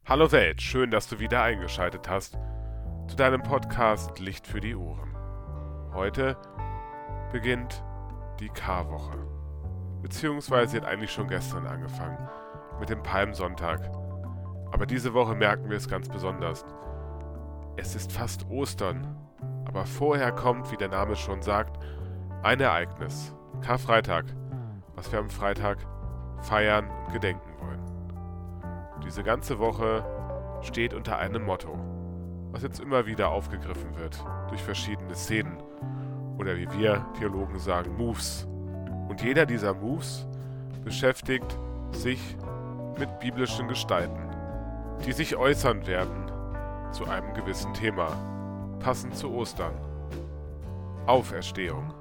Hallo Welt, schön, dass du wieder eingeschaltet hast zu deinem Podcast Licht für die Ohren. Heute beginnt die Karwoche, beziehungsweise hat eigentlich schon gestern angefangen mit dem Palmsonntag. Aber diese Woche merken wir es ganz besonders. Es ist fast Ostern, aber vorher kommt, wie der Name schon sagt, ein Ereignis, Karfreitag, was wir am Freitag feiern und gedenken wollen. Diese ganze Woche steht unter einem Motto, was jetzt immer wieder aufgegriffen wird durch verschiedene Szenen oder wie wir Theologen sagen, Moves. Und jeder dieser Moves beschäftigt sich mit biblischen Gestalten, die sich äußern werden zu einem gewissen Thema, passend zu Ostern. Auferstehung.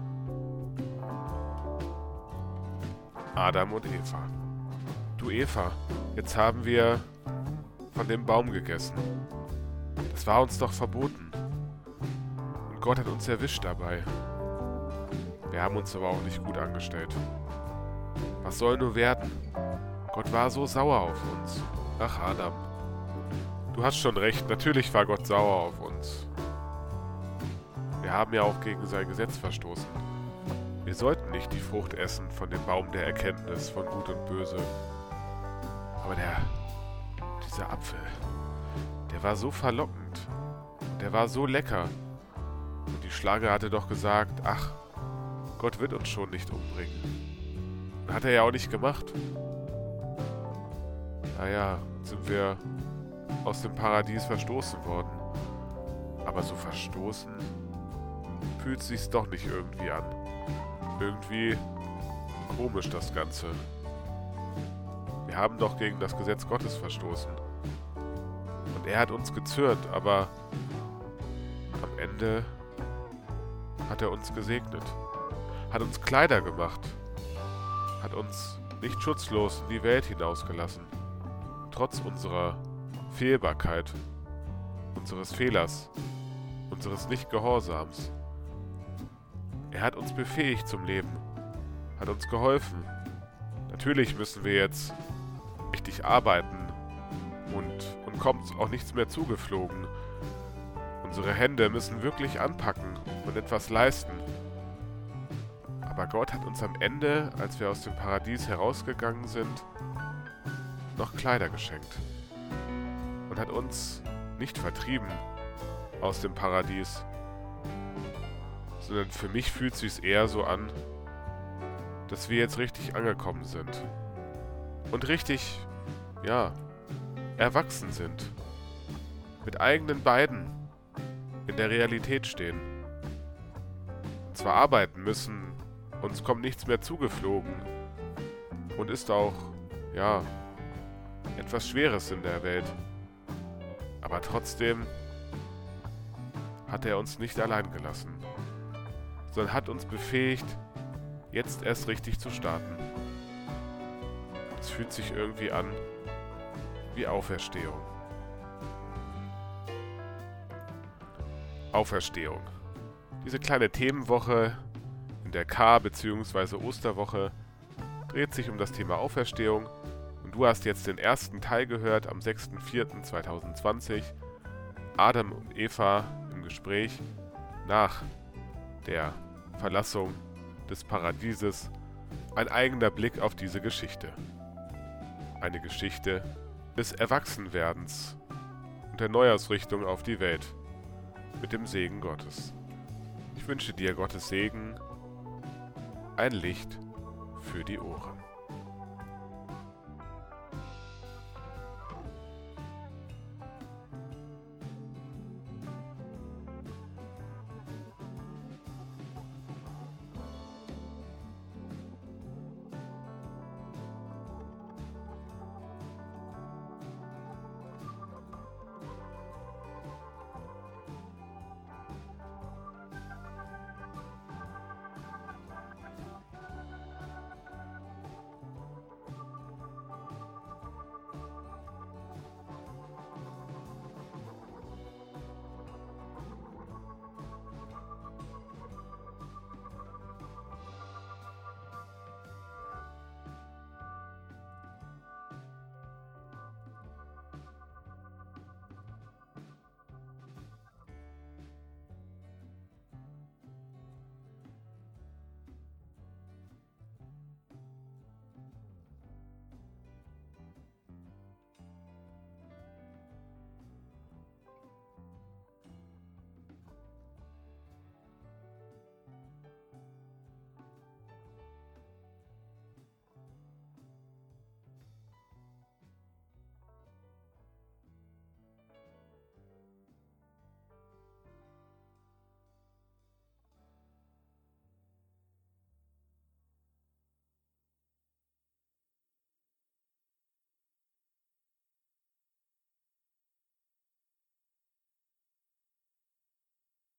Adam und Eva. Du Eva, jetzt haben wir von dem Baum gegessen. Das war uns doch verboten. Und Gott hat uns erwischt dabei. Wir haben uns aber auch nicht gut angestellt. Was soll nur werden? Gott war so sauer auf uns. Ach Adam, du hast schon recht, natürlich war Gott sauer auf uns. Wir haben ja auch gegen sein Gesetz verstoßen. Wir sollten nicht die Frucht essen von dem Baum der Erkenntnis von Gut und Böse. Aber dieser Apfel, der war so verlockend, der war so lecker. Und die Schlange hatte doch gesagt, ach, Gott wird uns schon nicht umbringen. Und hat er ja auch nicht gemacht. Naja, sind wir aus dem Paradies verstoßen worden. Aber so verstoßen fühlt sich's doch nicht irgendwie an. Irgendwie komisch das Ganze. Wir haben doch gegen das Gesetz Gottes verstoßen. Und er hat uns gezürnt, aber am Ende hat er uns gesegnet. Hat uns Kleider gemacht. Hat uns nicht schutzlos in die Welt hinausgelassen. Trotz unserer Fehlbarkeit, unseres Fehlers, unseres Nichtgehorsams. Er hat uns befähigt zum Leben. Hat uns geholfen. Natürlich müssen wir jetzt richtig arbeiten und kommt auch nichts mehr zugeflogen. Unsere Hände müssen wirklich anpacken und etwas leisten. Aber Gott hat uns am Ende, als wir aus dem Paradies herausgegangen sind, noch Kleider geschenkt. Und hat uns nicht vertrieben aus dem Paradies, sondern für mich fühlt es sich eher so an, dass wir jetzt richtig angekommen sind. Und richtig, erwachsen sind. Mit eigenen Beinen in der Realität stehen. Zwar arbeiten müssen, uns kommt nichts mehr zugeflogen. Und ist auch, etwas Schweres in der Welt. Aber trotzdem hat er uns nicht allein gelassen, sondern hat uns befähigt, jetzt erst richtig zu starten. Es fühlt sich irgendwie an wie Auferstehung. Auferstehung. Diese kleine Themenwoche in der bzw. Osterwoche dreht sich um das Thema Auferstehung und du hast jetzt den ersten Teil gehört am 6.4.2020. Adam und Eva im Gespräch nach der Verlassung des Paradieses, ein eigener Blick auf diese Geschichte. Eine Geschichte des Erwachsenwerdens und der Neuausrichtung auf die Welt mit dem Segen Gottes. Ich wünsche dir Gottes Segen, ein Licht für die Ohren.